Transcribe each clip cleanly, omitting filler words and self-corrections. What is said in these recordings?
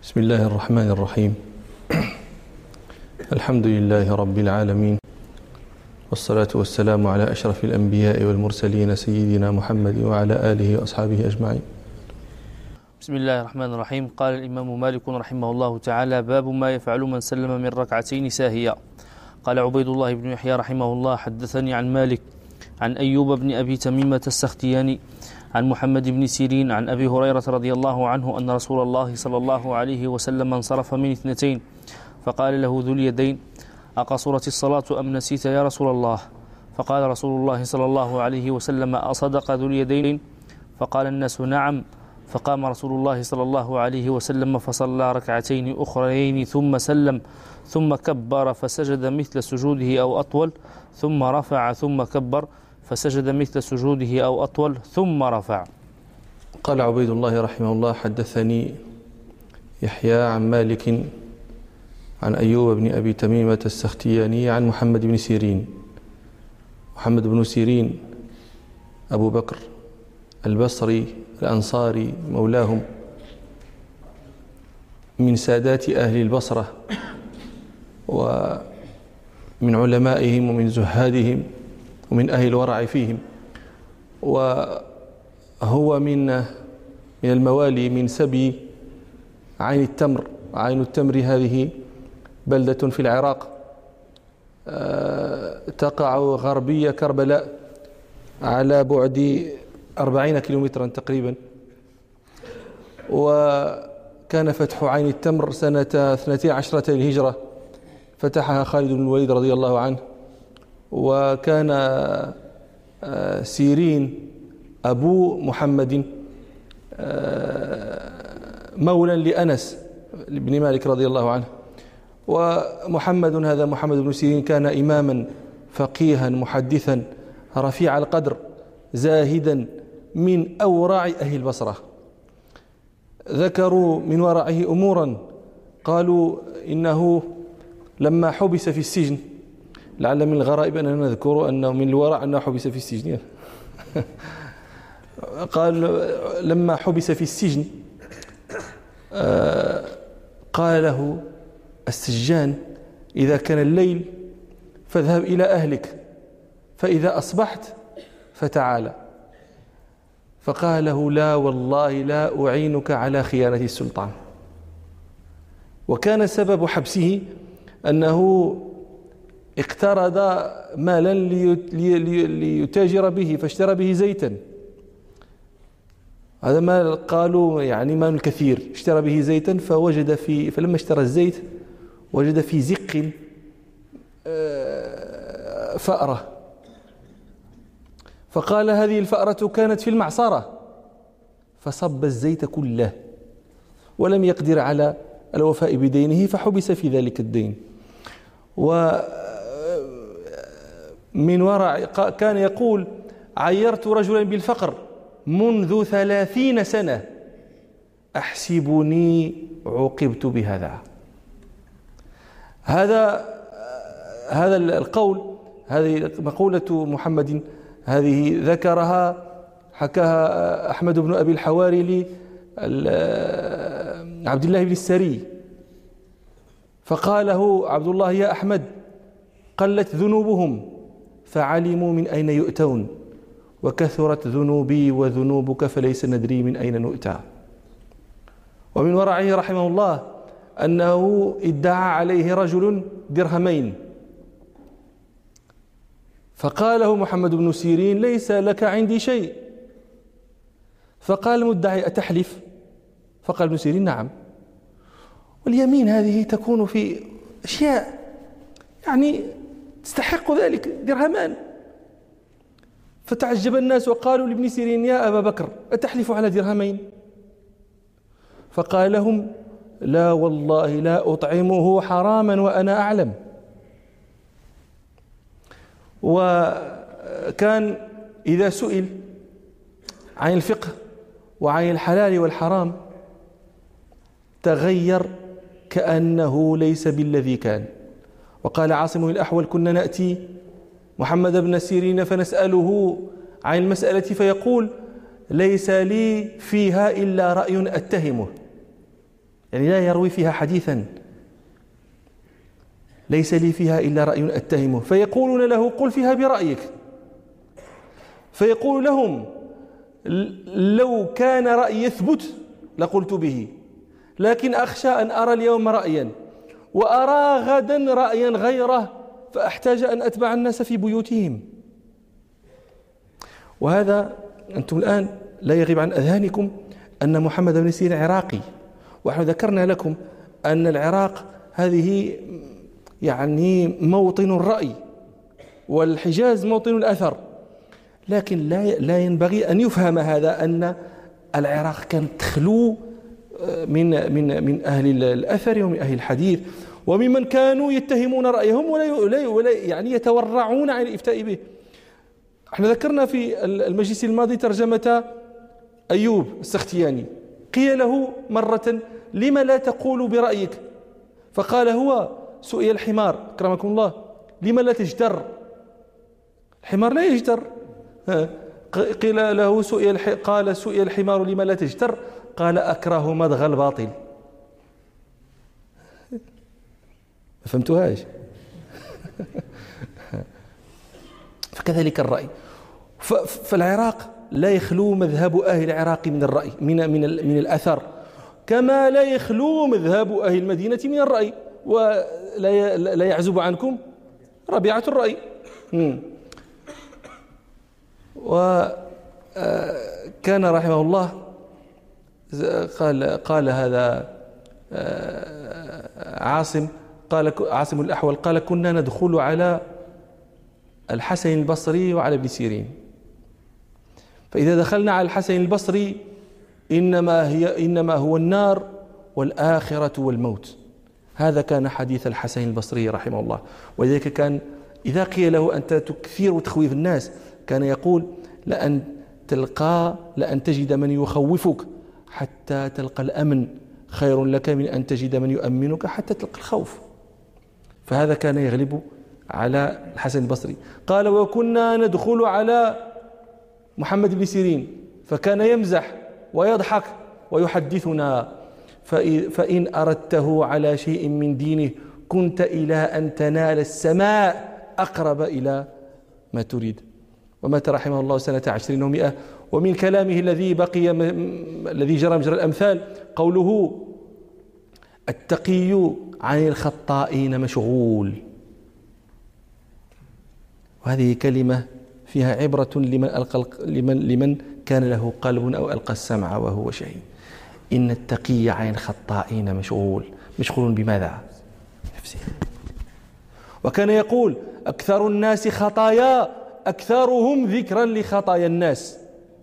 بسم الله الرحمن الرحيم. الحمد لله رب العالمين، والصلاة والسلام على أشرف الأنبياء والمرسلين سيدنا محمد وعلى آله وأصحابه أجمعين. بسم الله الرحمن الرحيم. قال الإمام مالك رحمه الله تعالى: باب ما يفعل من سلم من ركعتين ساهيا. قال عبيد الله بن يحيى رحمه الله: حدثني عن مالك عن أيوب بن أبي تميمة السختياني عن محمد بن سيرين عن أبي هريرة رضي الله عنه أن رسول الله صلى الله عليه وسلم انصرف من اثنتين فقال له ذو اليدين: أقصرت الصلاة أم نسيت يا رسول الله؟ فقال رسول الله صلى الله عليه وسلم: أصدق ذو اليدين؟ فقال الناس: نعم. فقام رسول الله صلى الله عليه وسلم فصلى ركعتين أخريين ثم سلم ثم كبر فسجد مثل سجوده أو أطول ثم رفع ثم كبر فسجد مثل سجوده أو أطول ثم رفع. قال عبيد الله رحمه الله: حدثني يحيى عن مالك عن أيوب بن أبي تميمة السختياني عن محمد بن سيرين. محمد بن سيرين أبو بكر البصري الأنصاري مولاهم، من سادات أهل البصرة ومن علمائهم ومن زهادهم ومن أهل الورع فيهم، وهو من الموالي من سبي عين التمر. عين التمر هذه بلدة في العراق تقع غربية كربلاء على بعد 40 كيلومترا تقريبا. وكان فتح عين التمر سنة 12 الهجرة، فتحها خالد بن الوليد رضي الله عنه. وكان سيرين أبو محمد مولا لأنس بن مالك رضي الله عنه. ومحمد هذا محمد بن سيرين كان إماما فقيها محدثا رفيع القدر زاهدا من أورع أهل البصرة. ذكروا من ورعه أمورا، قالوا إنه لما حبس في السجن، لعل من الغرائب أننا نذكر أنه من الورع أنه حبس في السجن قال لما حبس في السجن قال له السجان: إذا كان الليل فاذهب إلى أهلك، فإذا أصبحت فتعالى. فقال له: لا والله لا أعينك على خيانة السلطان. وكان سبب حبسه أنه اقترض مالا ليتاجر به، فاشترى به زيتا. هذا مال قالوا يعني مال كثير، اشترى به زيتا فلما اشترى الزيت وجد في زق فأرة، فقال: هذه الفأرة كانت في المعصرة، فصب الزيت كله ولم يقدر على الوفاء بدينه، فحبس في ذلك الدين. ومن ورع كان يقول: عيرت رجلا بالفقر منذ 30 سنة أحسبني عوقبت بهذا. هذا القول، هذه مقولة محمد، هذه ذكرها حكاها أحمد بن أبي الحواري لعبد الله بن السري، فقاله عبد الله: يا أحمد، قلت ذنوبهم فعلموا من أين يؤتون، وكثرت ذنوبي وذنوبك فليس ندري من أين نؤتى. ومن ورعه رحمه الله أنه ادعى عليه رجل درهمين، فقاله محمد بن سيرين: ليس لك عندي شيء. فقال المدعي: أتحلف؟ فقال ابن سيرين: نعم. واليمين هذه تكون في أشياء يعني تستحق ذلك، درهمان. فتعجب الناس وقالوا لابن سيرين: يا أبا بكر، أتحلف على درهمين؟ فقال لهم: لا والله لا أطعمه حراما وأنا أعلم. وكان إذا سئل عن الفقه وعن الحلال والحرام تغير كأنه ليس بالذي كان. وقال عاصم الأحول: كنا نأتي محمد بن سيرين فنسأله عن المسألة فيقول: ليس لي فيها إلا رأي أتهمه، يعني لا يروي فيها حديثا ليس لي فيها إلا رأي أتهمه، فيقولون له قل فيها برأيك، فيقول لهم لو كان رأي يثبت لقلت به، لكن أخشى أن أرى اليوم رأيا وأرى غدا رأيا غيره فأحتاج أن أتبع الناس في بيوتهم. وهذا أنتم الآن لا يغيب عن أذهانكم أن محمد بن سيرين عراقي، ونحن ذكرنا لكم أن العراق هذه يعني موطن الرأي والحجاز موطن الأثر، لكن لا ينبغي أن يفهم هذا أن العراق كانت تخلو من أهل الأثر ومن أهل الحديث وممن كانوا يتهمون رأيهم ولا يعني يتورعون عن الإفتاء به. احنا ذكرنا في المجلس الماضي ترجمة أيوب السختياني، قيل له مرة لما لا تقول برأيك؟ فقال هو سئل الحمار أكرمكم الله لما لا تجتر؟ الحمار لا يجتر. قيل له قال سئل الحمار لما لا تجتر؟ قال أكره مضغ الباطل. ما فهمتوهاش؟ فكذلك الرأي. فالعراق لا يخلو مذهب أهل العراق من الرأي من الأثر، كما لا يخلو مذهب أهل المدينة من الرأي، ولا يعزب عنكم ربيعة الرأي. وكان رحمه الله قال هذا عاصم الأحول قال كنا ندخل على الحسن البصري وعلى ابن سيرين، فإذا دخلنا على الحسن البصري إنما هو النار والآخرة والموت. هذا كان حديث الحسن البصري رحمه الله. ولذلك كان إذا قيل له أنت تكثير تخويف الناس كان يقول لأن تجد من يخوفك حتى تلقى الأمن خير لك من أن تجد من يؤمنك حتى تلقى الخوف. فهذا كان يغلب على الحسن البصري. قال وكنا ندخل على محمد بن سيرين فكان يمزح ويضحك ويحدثنا فإن أردته على شيء من دينه كنت إلى أن تنال السماء أقرب إلى ما تريد. ومات رحمه الله سنة 20 و100. ومن كلامه الذي بقي الذي جرى مجرى الأمثال قوله التقي عن الخطائين مشغول. وهذه كلمة فيها عبرة لمن كان له قلب أو ألقى السمع وهو شهيد. إن التقي عن الخطائين مشغول بماذا؟ نفسه. وكان يقول أكثر الناس خطايا أكثرهم ذكرا لخطايا الناس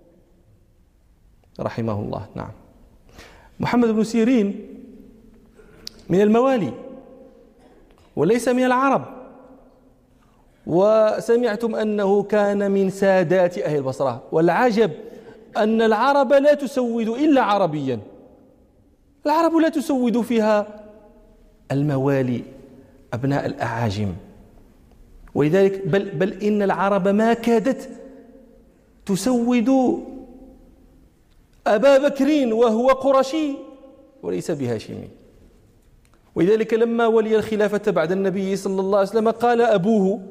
رحمه الله. نعم. محمد بن سيرين من الموالي وليس من العرب، وسمعتم أنه كان من سادات أهل البصرة. والعجب أن العرب لا تسود إلا عربيا، العرب لا تسود فيها الموالي أبناء الأعاجم. ولذلك بل إن العرب ما كادت تسود أبا بكر وهو قرشي وليس بهاشمي. ولذلك لما ولي الخلافة بعد النبي صلى الله عليه وسلم قال أبوه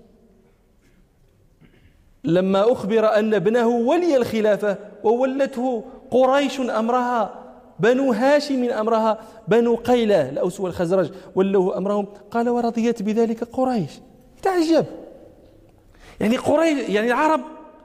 لما أخبر أن ابنه ولي الخلافة وولته قريش أمرها، بنو هاشم أمرها، بنو قيلة الأوس والخزرج ولوه أمرهم، قال ورضيت بذلك قريش. تعجب يعني قريش يعني العرب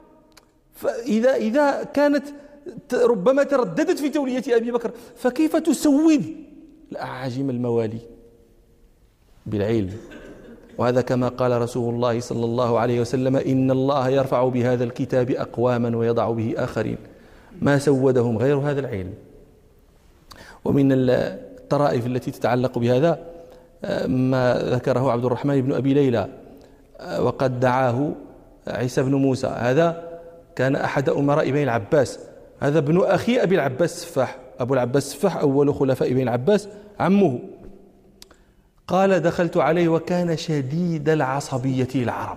إذا كانت ربما ترددت في تولية أبي بكر فكيف تسود الأعاجم الموالي بالعلم. وهذا كما قال رسول الله صلى الله عليه وسلم إن الله يرفع بهذا الكتاب أقواما ويضع به آخرين ما سودهم غير هذا العلم. ومن الطرائف التي تتعلق بهذا ما ذكره عبد الرحمن بن أبي ليلى وقد دعاه عيسى بن موسى. هذا كان أحد أمراء بني العباس، هذا ابن أخي أبي العباس السفاح، أبو العباس السفاح أول خلفاء بني العباس عمه. قال دخلت عليه وكان شديد العصبية للعرب،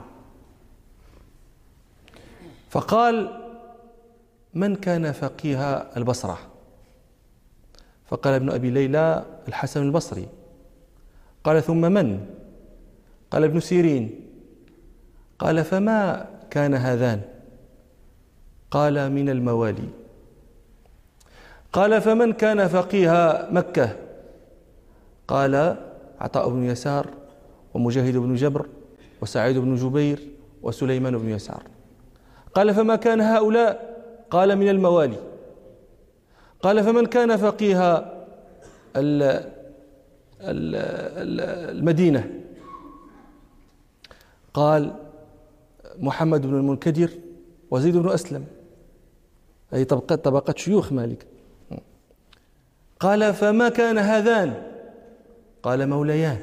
فقال من كان فقيه البصرة؟ فقال ابن أبي ليلى الحسن البصري. قال ثم من؟ قال ابن سيرين. قال فما كان هذان؟ قال من الموالي. قال فمن كان فقيه مكة؟ قال عطاء بن يسار ومجاهد بن جبر وسعيد بن جبير وسليمان بن يسار. قال فما كان هؤلاء؟ قال من الموالي. قال فمن كان فقيه المدينة؟ قال محمد بن المنكدر وزيد بن أسلم، أي طبقات شيوخ مالك. قال فما كان هذان؟ قال موليان.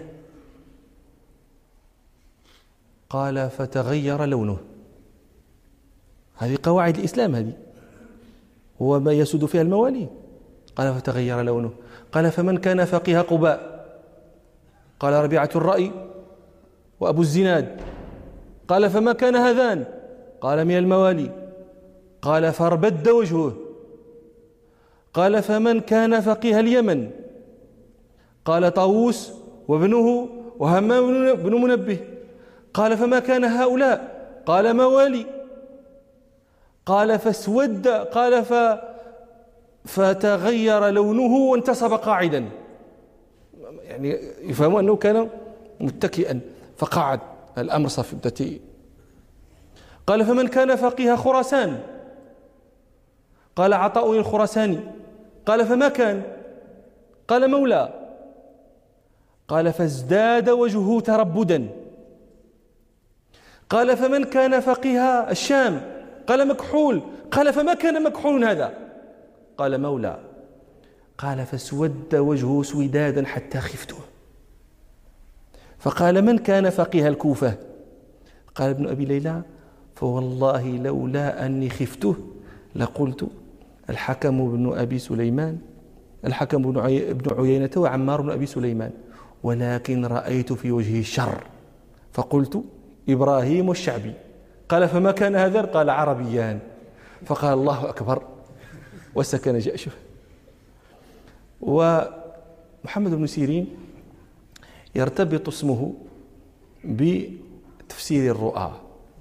قال فتغير لونه. هذه قواعد الإسلام، هذه هو ما يسود فيها الموالي. قال فتغير لونه. قال فمن كان فقيه قباء؟ قال ربيعة الرأي وأبو الزناد. قال فما كان هذان؟ قال من الموالي. قال فاربد وجهه. قال فمن كان فقيه اليمن؟ قال طاووس وابنه وهمام بن منبه. قال فما كان هؤلاء؟ قال موالي. قال فاسود. قال فتغير لونه وانتصب قاعدا، يعني يفهم أنه كان متكئا فقعد، الأمر صافي بدأت. قال فمن كان فقيه خراسان؟ قال عطاء الخراساني. قال فما كان؟ قال مولى. قال فازداد وجهه تربدا. قال فمن كان فقيه الشام؟ قال مكحول. قال فما كان مكحول هذا؟ قال مولى. قال فاسود وجهه سودادا حتى خفته. فقال من كان فقيه الكوفة؟ قال ابن أبي ليلى فوالله لولا أني خفته لقلت الحكم بن أبي سليمان، الحكم بن عيينة وعمار بن أبي سليمان، ولكن رأيت في وجهه الشر فقلت إبراهيم الشعبي. قال فما كان هذا؟ قال عربيان. فقال الله أكبر وسكن جأشه. ومحمد بن سيرين يرتبط اسمه بتفسير الرؤى،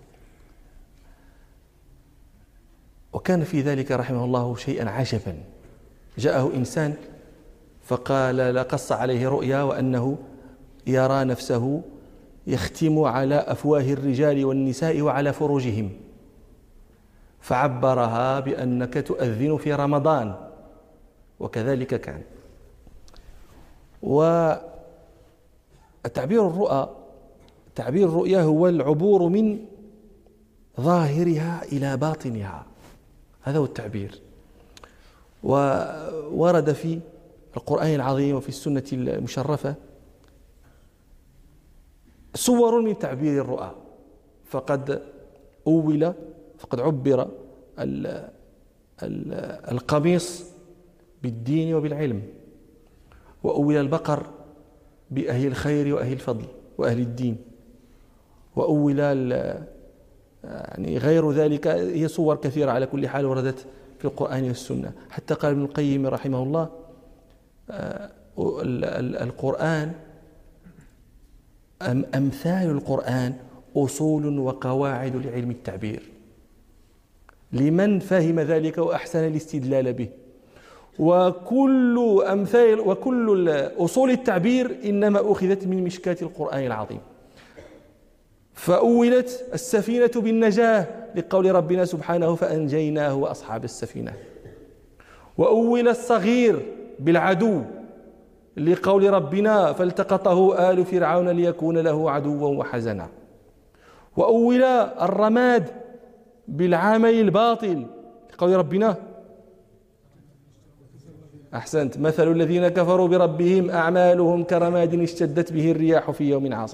وكان في ذلك رحمه الله شيئا عجبا. جاءه إنسان فقال لقص عليه رؤيا وأنه يرى نفسه يختم على أفواه الرجال والنساء وعلى فروجهم، فعبرها بأنك تؤذن في رمضان، وكذلك كان. وتعبير الرؤيا هو العبور من ظاهرها إلى باطنها، هذا هو التعبير. وورد في القرآن العظيم وفي السنة المشرفة صور من تعبير الرؤى، فقد عبر القميص بالدين وبالعلم، وأول البقر بأهل الخير وأهل الفضل وأهل الدين، وأول يعني غير ذلك. هي صور كثيرة على كل حال وردت في القرآن والسنة. حتى قال ابن القيم رحمه الله القرآن أمثال القرآن أصول وقواعد لعلم التعبير لمن فهم ذلك وأحسن الاستدلال به. وكل أصول التعبير إنما أخذت من مشكاة القرآن العظيم. فأولت السفينة بالنجاة لقول ربنا سبحانه فأنجيناه وأصحاب السفينة، وأول الصغير بالعدو لقول ربنا فالتقطه آل فرعون ليكون له عدوا وحزنا، وأول الرماد بالعمل الباطل لقول ربنا أحسنت مثل الذين كفروا بربهم أعمالهم كرماد اشتدت به الرياح في يوم عاصف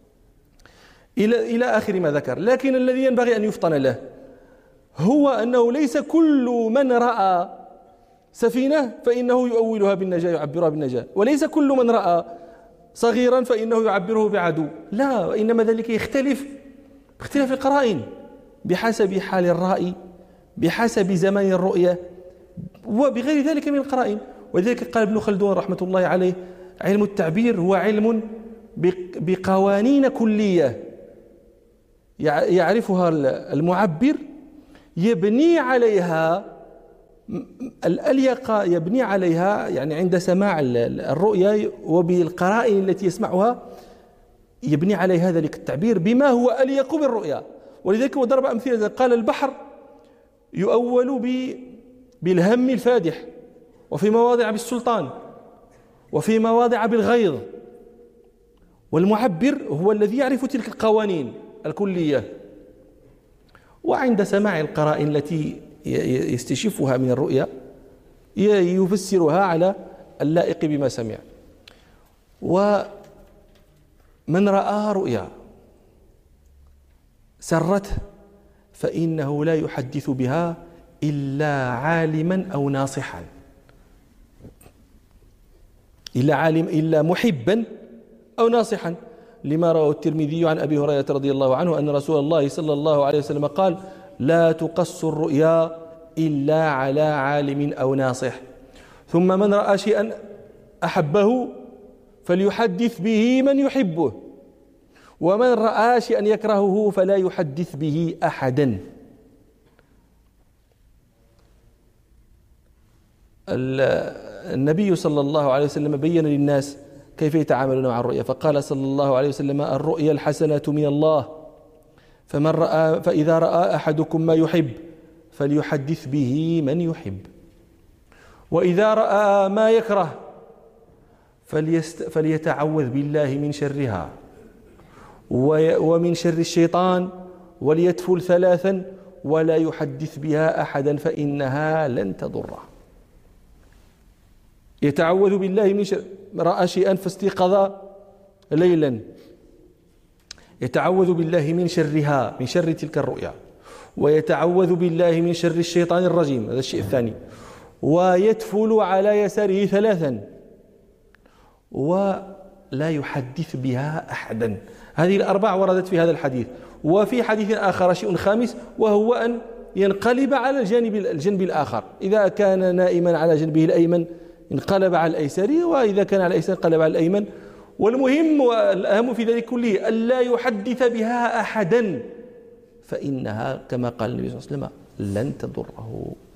إلى آخر ما ذكر. لكن الذي ينبغي أن يفطن له هو أنه ليس كل من رأى سفينة فإنه يؤولها بالنجاة يعبرها بالنجاة، وليس كل من رأى صغيرا فإنه يعبره بعدو، لا، وإنما ذلك يختلف باختلاف القرائن بحسب حال الرائي، بحسب زمان الرؤية، وبغير ذلك من القرائن. ولذلك قال ابن خلدون رحمة الله عليه: علم التعبير هو علم بقوانين كلية يعرفها المعبر، يبني عليها الأليقة، يبني عليها يعني عند سماع الرؤيا وبالقرائن التي يسمعها يبني عليه ذلك التعبير بما هو أليق بالرؤيا. ولذلك هو ضرب أمثلة، قال: البحر يؤول بالهم الفادح، وفي مواضع بالسلطان، وفي مواضع بالغيظ. والمعبر هو الذي يعرف تلك القوانين الكلية، وعند سماع القرائن التي يستشفها من الرؤيا يفسرها على اللائق بما سمع. ومن رأى رؤيا سرته فإنه لا يحدث بها إلا عالما أو ناصحا، إلا محبا أو ناصحا، لما رواه الترمذي عن أبي هريرة رضي الله عنه أن رسول الله صلى الله عليه وسلم قال: لا تقص الرؤيا إلا على عالم أو ناصح. ثم من رأى شيئا أحبه فليحدث به من يحبه، ومن رأى شيئا يكرهه فلا يحدث به أحدا. النبي صلى الله عليه وسلم بين للناس كيف يتعاملون مع الرؤيا، فقال صلى الله عليه وسلم: الرؤيا الحسنة من الله، فإذا رأى أحدكم ما يحب فليحدث به من يحب، وإذا رأى ما يكره فليتعوذ بالله من شرها ومن شر الشيطان، وليتفل 3 ولا يحدث بها أحدا فإنها لن تضره. يتعوذ بالله من شر، رأى شيئا فاستيقظ ليلا، يتعوذ بالله من شرها، من شر تلك الرؤيا، ويتعوذ بالله من شر الشيطان الرجيم، هذا الشيء الثاني، ويتفل على يساره 3 ولا يحدث بها أحدا. هذه الأربع وردت في هذا الحديث. وفي حديث آخر شيء خامس، وهو أن ينقلب على الجنب الآخر، إذا كان نائما على جنبه الأيمن انقلب على الأيسر، وإذا كان على الأيسر انقلب على الأيمن. والمهم والأهم في ذلك كله ألا يحدث بها أحدا، فإنها كما قال النبي صلى الله عليه وسلم لن تضره.